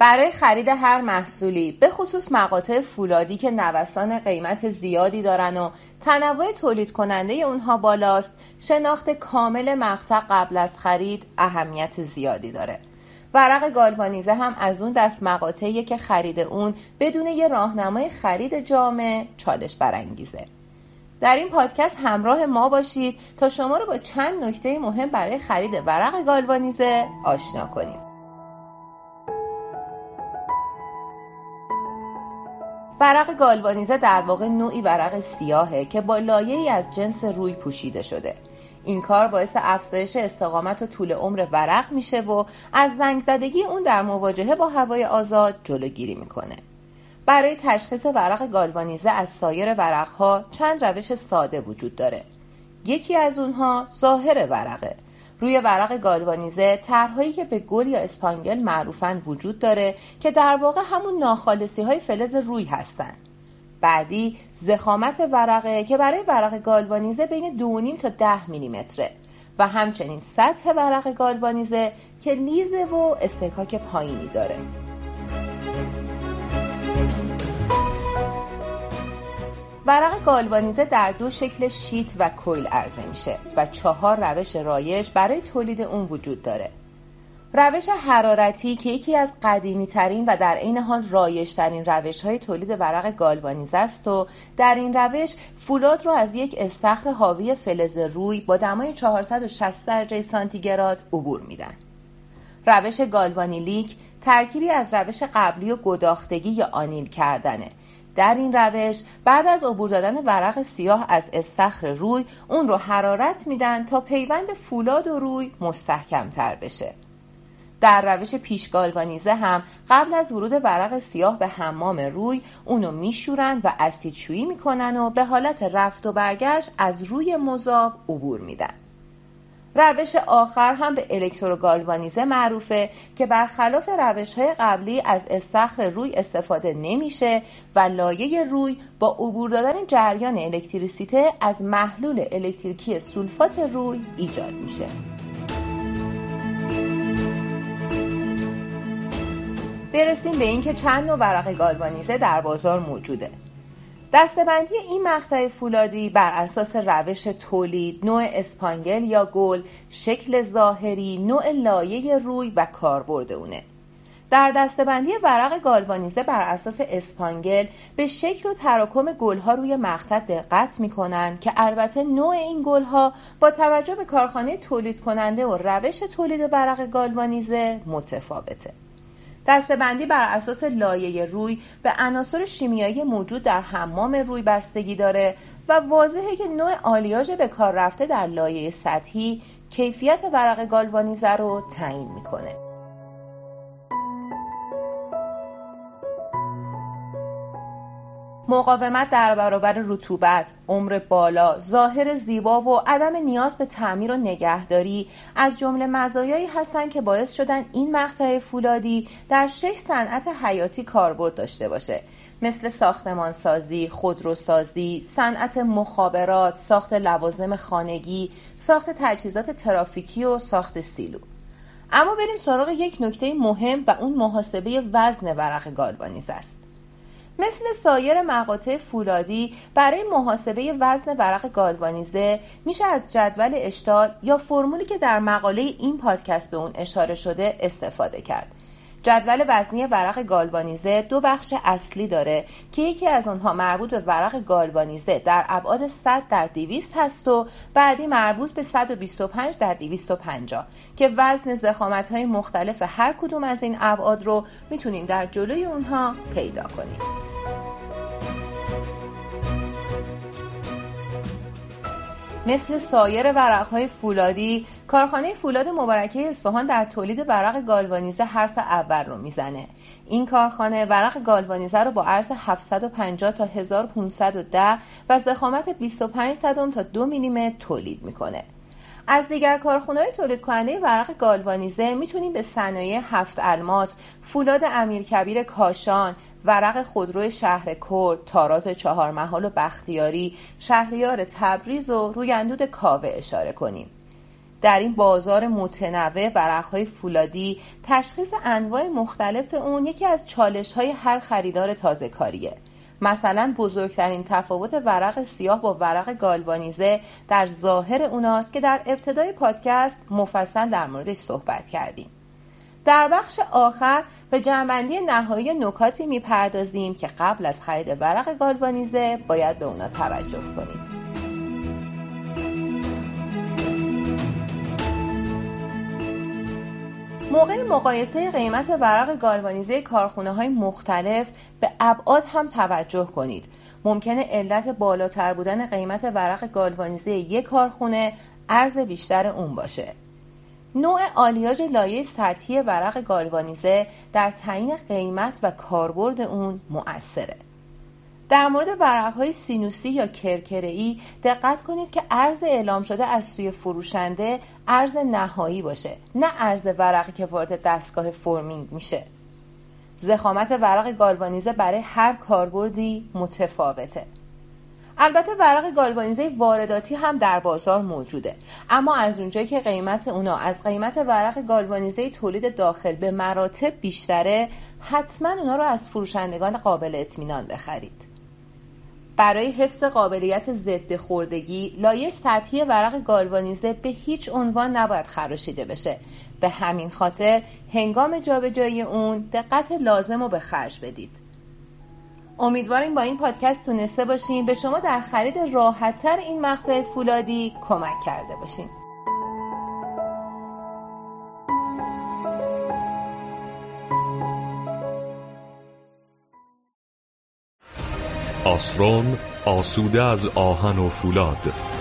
برای خرید هر محصولی، به خصوص مقاطع فولادی که نوسان قیمت زیادی دارن و تنوع تولید کننده اونها بالاست، شناخت کامل مقطع قبل از خرید اهمیت زیادی داره. ورق گالوانیزه هم از اون دست مقاطعیه که خرید اون بدون یه راهنمای خرید جامع چالش برانگیزه. در این پادکست همراه ما باشید تا شما رو با چند نکته مهم برای خرید ورق گالوانیزه آشنا کنیم. ورق گالوانیزه در واقع نوعی ورق سیاهه که با لایه‌ای از جنس روی پوشیده شده. این کار باعث افزایش استقامت و طول عمر ورق میشه و از زنگ زدگی اون در مواجهه با هوای آزاد جلوگیری میکنه. برای تشخیص ورق گالوانیزه از سایر ورق‌ها چند روش ساده وجود داره. یکی از اونها ظاهر ورقه. روی ورق گالوانیزه طرح‌هایی که به گل یا اسپانگل معروفن وجود داره که در واقع همون ناخالصی‌های فلز روی هستن. بعدی ضخامت ورقه که برای ورق گالوانیزه بین 2.5 تا 10 میلیمتره و همچنین سطح ورق گالوانیزه که لیزه و استکاک پایینی داره. ورق گالوانیزه در 2 شکل شیت و کویل عرضه میشه و 4 روش رایج برای تولید اون وجود داره. روش حرارتی که یکی از قدیمی ترین و در عین حال رایج ترین روش های تولید ورق گالوانیزه است و در این روش فولاد رو از یک استخر حاوی فلز روی با دمای 460 درجه سانتیگراد عبور میدن. روش گالوانیلیک ترکیبی از روش قبلی و گداختگی یا آنیل کردنه. در این روش بعد از عبور دادن ورق سیاه از استخر روی اون رو حرارت میدن تا پیوند فولاد و روی مستحکم تر بشه. در روش پیش گالوانیزه هم قبل از ورود ورق سیاه به حمام روی اونو میشورن و اسیدشویی میکنن و به حالت رفت و برگشت از روی مذاب عبور میدن. روش آخر هم به الکتروگالوانیزه معروفه که برخلاف روش‌های قبلی از استخر روی استفاده نمیشه و لایه روی با عبور دادن جریان الکتریسیته از محلول الکتریکی سولفات روی ایجاد میشه. برسیم به این که چند نوع ورق گالوانیزه در بازار موجوده. دسته‌بندی این مقطع فولادی بر اساس روش تولید، نوع اسپانگل یا گل، شکل ظاهری، نوع لایه روی و کاربرد اونه. در دسته‌بندی ورق گالوانیزه بر اساس اسپانگل به شکل و تراکم گل‌ها روی مقطع دقت می‌کنن که البته نوع این گل‌ها با توجه به کارخانه تولید کننده و روش تولید ورق گالوانیزه متفاوته. دسته‌بندی بر اساس لایه روی به عناصر شیمیایی موجود در حمام روی بستگی داره و واضحه که نوع آلیاژ به کار رفته در لایه سطحی کیفیت ورق گالوانیزه رو تعیین میکنه. مقاومت در برابر رطوبت، عمر بالا، ظاهر زیبا و عدم نیاز به تعمیر و نگهداری از جمله مزایایی هستند که باعث شدن این مقطع فولادی در 6 صنعت حیاتی کاربرد داشته باشه، مثل ساختمانسازی، خودروسازی، صنعت مخابرات، ساخت لوازم خانگی، ساخت تجهیزات ترافیکی و ساخت سیلو. اما بریم سراغ یک نکته مهم و اون محاسبه وزن ورق گالوانیزه است. مثل سایر مقاطع فولادی برای محاسبه وزن ورق گالوانیزه میشه از جدول اشتال یا فرمولی که در مقاله این پادکست به اون اشاره شده استفاده کرد. جدول وزنی ورق گالوانیزه 2 بخش اصلی داره که یکی از اونها مربوط به ورق گالوانیزه در ابعاد 100 در 200 هست و بعدی مربوط به 125 در 250 که وزن ضخامت‌های مختلف هر کدوم از این ابعاد رو میتونیم در جلوی اونها پیدا کنیم. مثل سایر ورق‌های فولادی، کارخانه فولاد مبارکه اصفهان در تولید ورق گالوانیزه حرف اول رو میزنه. این کارخانه ورق گالوانیزه رو با عرض 750 تا 1510 و ضخامت 25 صدم تا 2 میلیمتر تولید میکنه. از دیگر کارخانه‌های تولید کننده ورق گالوانیزه میتونیم به صنایع 7 الماس، فولاد امیرکبیر کاشان، ورق خودرو شهر کرد، تاراز 4 محال و بختیاری، شهریار تبریز و رویندود کاوه اشاره کنیم. در این بازار متنوع ورق‌های فولادی تشخیص انواع مختلف اون یکی از چالش‌های هر خریدار تازه‌کاریه. مثلا بزرگترین تفاوت ورق سیاه با ورق گالوانیزه در ظاهر اوناست که در ابتدای پادکست مفصل در موردش صحبت کردیم. در بخش آخر به جمع‌بندی نهایی نکاتی میپردازیم که قبل از خرید ورق گالوانیزه باید به اونا توجه کنید. موقع مقایسه قیمت ورق گالوانیزه کارخانه‌های مختلف به ابعاد هم توجه کنید. ممکنه علت بالاتر بودن قیمت ورق گالوانیزه یک کارخانه عرض بیشتر اون باشه. نوع آلیاژ لایه سطحی ورق گالوانیزه در تعیین قیمت و کاربرد اون مؤثره. در مورد ورق‌های سینوسی یا کرکره‌ای دقت کنید که عرض اعلام شده از سوی فروشنده عرض نهایی باشه، نه عرض ورقی که وارد دستگاه فرمینگ میشه. ضخامت ورق گالوانیزه برای هر کاربردی متفاوته. البته ورق گالوانیزه وارداتی هم در بازار موجوده، اما از اونجایی که قیمت اونا از قیمت ورق گالوانیزه تولید داخل به مراتب بیشتره، حتما اونا رو از فروشندگان قابل اطمینان بخرید. برای حفظ قابلیت ضد خوردگی، لایه سطحی ورق گالوانیزه به هیچ عنوان نباید خراشیده بشه. به همین خاطر هنگام جابجایی اون دقت لازم رو به خرج بدید. امیدواریم با این پادکست تونسته باشیم به شما در خرید راحت‌تر این مقطع فولادی کمک کرده باشیم. آسرون آسوده از آهن و فولاد